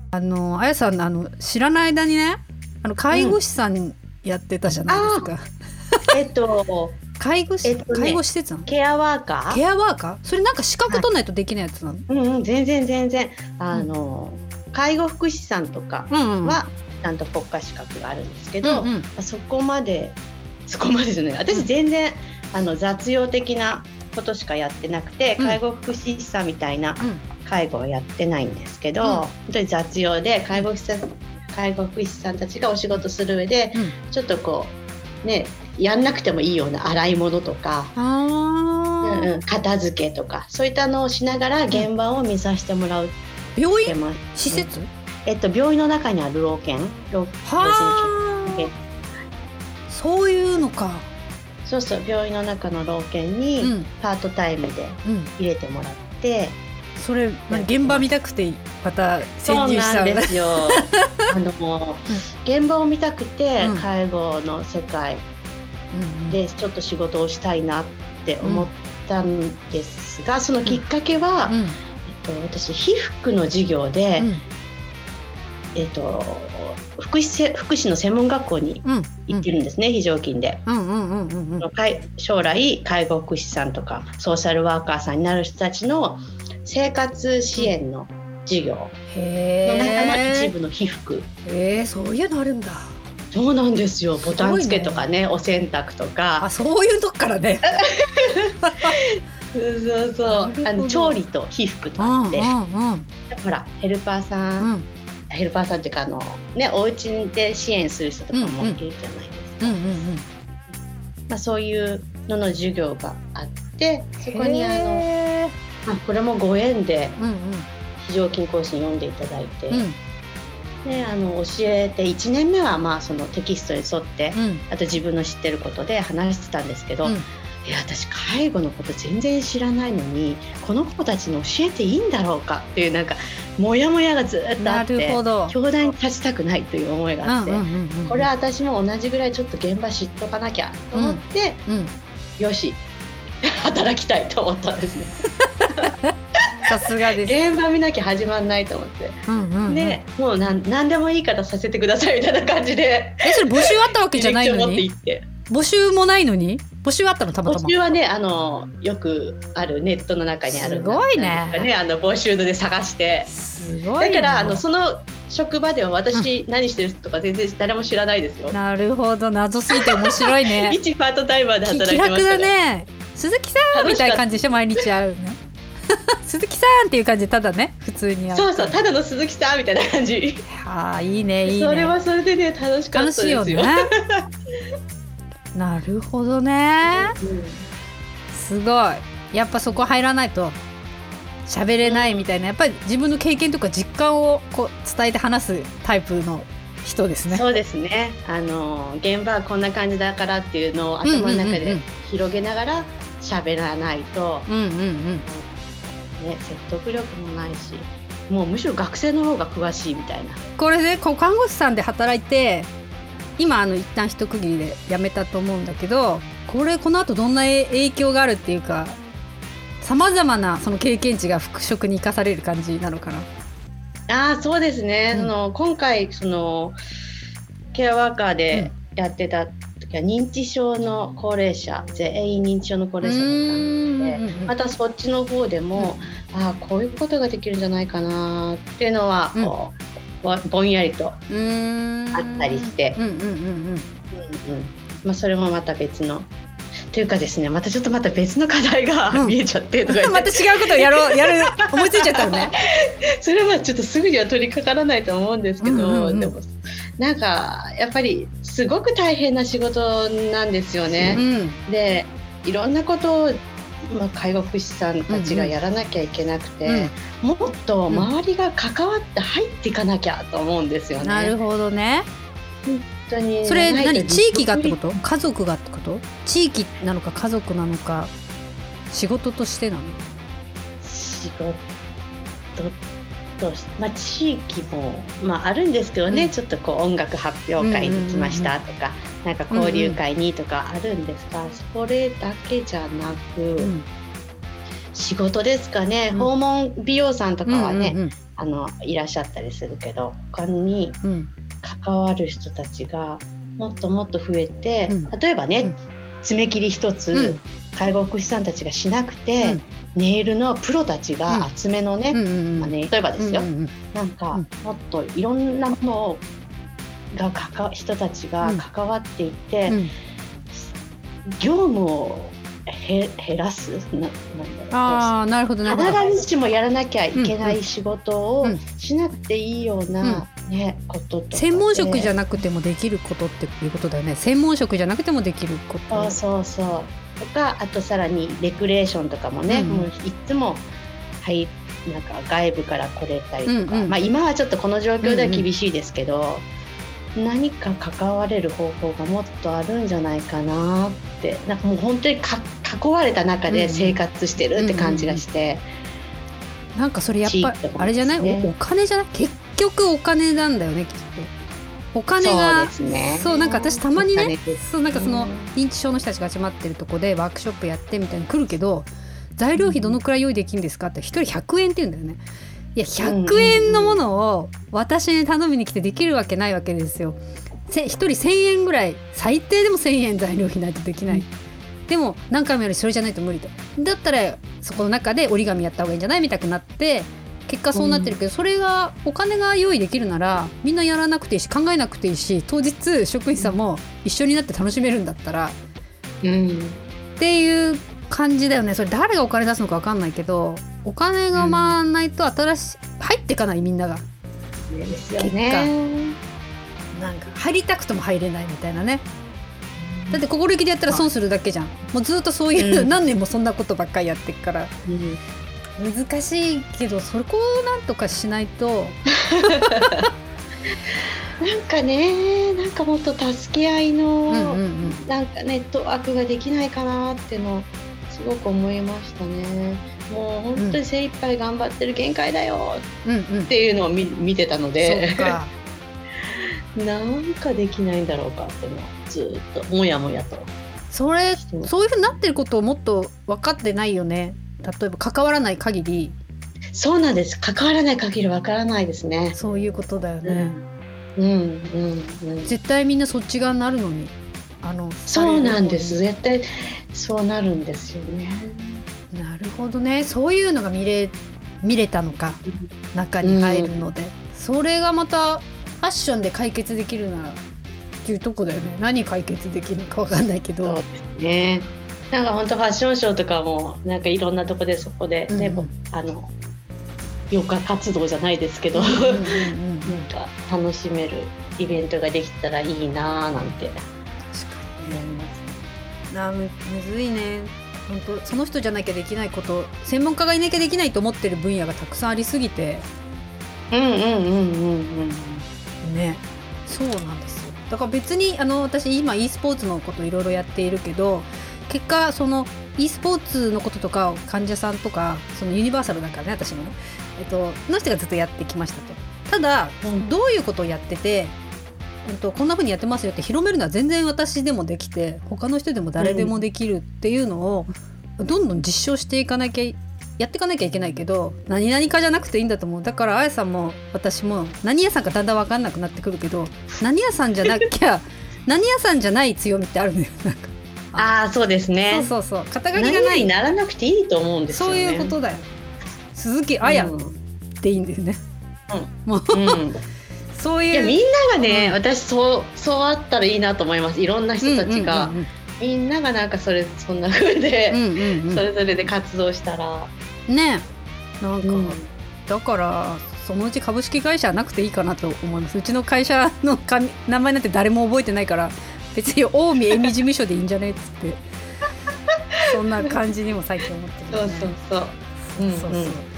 あやさん知らない間にね介護士さんやってたじゃないですか、介護施設なの？ ケアワーカー。 ケアワーカー？それなんか資格取らないとできないやつなの？ 全然介護福祉さんとかはちゃんと国家資格があるんですけど、そこまでですね。私全然雑用的なことしかやってなくて、介護福祉士さんみたいな介護はやってないんですけど、本当に雑用で介護福祉士さんたちがお仕事する上で、ちょっとこうねやんなくてもいいような洗い物とか、片付けとかそういったのをしながら現場を見させてもらう。 病院？施設？ 病院の中にある老人犬。 そういうのか。 そう病院の中の老犬にパートタイムで入れてもらって、 それ現場見たくてまた潜入しちゃう。 そうなんですよ現場を見たくて、介護の世界でちょっと仕事をしたいなって思ったんですが、そのきっかけは、私被服の授業で、福祉の専門学校に行ってるんですね、非常勤で。将来介護福祉さんとかソーシャルワーカーさんになる人たちの生活支援の授業の中の一部の被服。 そういうのあるんだ。 そうなんですよ。ボタン付けとかね、お洗濯とか。 そういうとこからねそう調理と被服とあって、ほらヘルパーさんっていうかお家で支援する人とかもいるじゃないですか。そういうのの授業があって、そこにこれもご縁で非常勤講師に読んでいただいて、教えて1年目はそのテキストに沿って、あと自分の知ってることで話してたんですけど、私介護のこと全然知らないのにこの子たちに教えていいんだろうかっていうなんかモヤモヤがずっとあって、教壇に立ちたくないという思いがあって、これは私も同じぐらいちょっと現場知っとかなきゃと思って、よし働きたいと思ったんですねさすがです。 現場見なきゃ始まんないと思って、でもう何でもいいからさせてくださいみたいな感じでそれ募集あったわけじゃないのに募集もないのに募集あったの？たまたま募集はねよくあるネットの中にあるすごいね募集で探して、 すごいね。 だからその職場では私何してるとか全然誰も知らないですよ。 なるほど、謎すぎて面白いね一パートタイマーで働いてました。 気楽だね。鈴木さんみたいな感じでしょ、毎日会うね鈴木さんっていう感じでただね普通に会う。 そうただの鈴木さんみたいな感じ。 いいね。 それはそれでね楽しかったですよ。 楽しいよねなるほどね、すごい。やっぱそこ入らないと喋れないみたいな、やっぱり自分の経験とか実感を伝えて話すタイプの人ですね。 そうですね。現場はこんな感じだからっていうのを頭の中で広げながら喋らないと、説得力もないし、もうむしろ学生の方が詳しいみたいな。 これで看護師さんで働いて今一旦一区切りで辞めたと思うんだけど、この後どんな影響があるっていうか、さまざまなその経験値が復職に生かされる感じなのかな。 そうですね、今回ケアワーカーでやってた時は認知症の高齢者全員認知症の高齢者だったので、またそっちの方でも、こういうことができるんじゃないかなっていうのはぼんやりとあったりして、それもまた別のというかですね、またちょっと別の課題が見えちゃってとか、 また違うことをやる思いついちゃったのねそれはちょっとすぐには取り掛からないと思うんですけど、でもなんかやっぱりすごく大変な仕事なんですよね、でいろんなことを介護福祉さんたちがやらなきゃいけなくて、もっと周りが関わって入っていかなきゃと思うんですよね。 なるほどね。 本当にそれ地域がってこと？家族がってこと？地域なのか家族なのか仕事としてなの？ 仕事と地域も、あるんですけどね、ちょっと音楽発表会に行きましたとか、なんか交流会にとかあるんですが、それだけじゃなく、 仕事ですかね、訪問美容さんとかはね、いらっしゃったりするけど、他に関わる人たちがもっともっと増えて、例えばね、爪切り一つ、介護福祉士さんたちがしなくて、ネイルのプロたちが厚めのね、例えばですよ、なんかもっといろんなものが人たちが関わっていって、業務を減らすなるほどなるほど。 必ずしもやらなきゃいけない仕事をしなくていいような、こととか、 専門職じゃなくてもできることっていうことだよね。専門職じゃなくてもできること。 そうとか、あとさらにレクレーションとかもね、もういつもなんか外部から来れたりとか、今はちょっとこの状況では厳しいですけど、何か関われる方法がもっとあるんじゃないかなって、なんかもう本当に囲われた中で生活してるって感じがして、 なんかそれやっぱりあれじゃない、お金じゃない、結局お金なんだよね、きっと。お金が、そうなんか私たまにね、そうなんかその認知症の人たちが集まってるとこでワークショップやってみたいに来るけど、材料費どのくらい用意できるんですかって1人100円って言うんだよね。いや100円のものを私に頼みに来てできるわけないわけですよ。1人1000円ぐらい、最低でも1000円材料費ないとできない、でも何回もやる、それじゃないと無理だったらそこの中で折り紙やった方がいいんじゃないみたいになって、結果そうなってるけど、それがお金が用意できるならみんなやらなくていいし、考えなくていいし、当日職員さんも一緒になって楽しめるんだったら、っていう感じだよね。それ誰がお金出すのか分かんないけど、お金が回らないと入っていかない、みんなが。 ですよね。 なんか入りたくても入れないみたいなね。だって心意気でやったら損するだけじゃん。もうずっとそういう、何年もそんなことばっかりやってっから、難しいけど、そこをなんとかしないとなんかね、なんかもっと助け合いの、なんかネットワークができないかなっていうのをすごく思いましたね。もう本当に精一杯頑張ってる、限界だよっていうのを見てたので、なんかできないんだろうかっていうのはずっともやもやと。 そういう風になってることをもっと分かってないよね。例えば関わらない限り。 そうなんです、関わらない限り分からないですね。 そういうことだよね。絶対みんなそっち側になるのに、 そうなんです、絶対そうなるんですよね。 なるほどね。そういうのが見れたのか、中に入るので、それがまたファッションで解決できるならっていうとこだよね。何解決できるか分かんないけど。 そうですね。なんか本当ファッションショーとかもなんかいろんなとこでそこでね、余暇活動じゃないですけど、なんか楽しめるイベントができたらいいななんて思いますね。 むずいね。本当その人じゃなきゃできないこと、専門家がいなきゃできないと思ってる分野がたくさんありすぎて、ね、そうなんですよ。だから別に私今 e スポーツのこといろいろやっているけど、結果その e スポーツのこととか患者さんとか、そのユニバーサルだからね、私もね、の人がずっとやってきましたと。ただ、どういうことをやってて、こんな風にやってますよって広めるのは全然私でもできて、他の人でも誰でもできるっていうのをどんどん実証していかなきゃ、やっていかなきゃいけないけど、何々かじゃなくていいんだと思う。だからあやさんも私も何屋さんかだんだん分かんなくなってくるけど、何屋さんじゃなきゃ何屋さんじゃない強みってあるのよ。なんかそうですね。 そう肩書きがない。 何にならなくていいと思うんですよね。 そういうことだよ。鈴木あやっていいんだよね。そういう。 いやみんながね、私そうあったらいいなと思います。いろんな人たちが、みんながなんかそんな風で、それぞれで活動したらね、なんか、だからそのうち株式会社なくていいかなと思います。うちの会社の名前なんて誰も覚えてないから、別に近江恵美事務所でいいんじゃねっつってそんな感じにも最近思ってる、ね。 そう。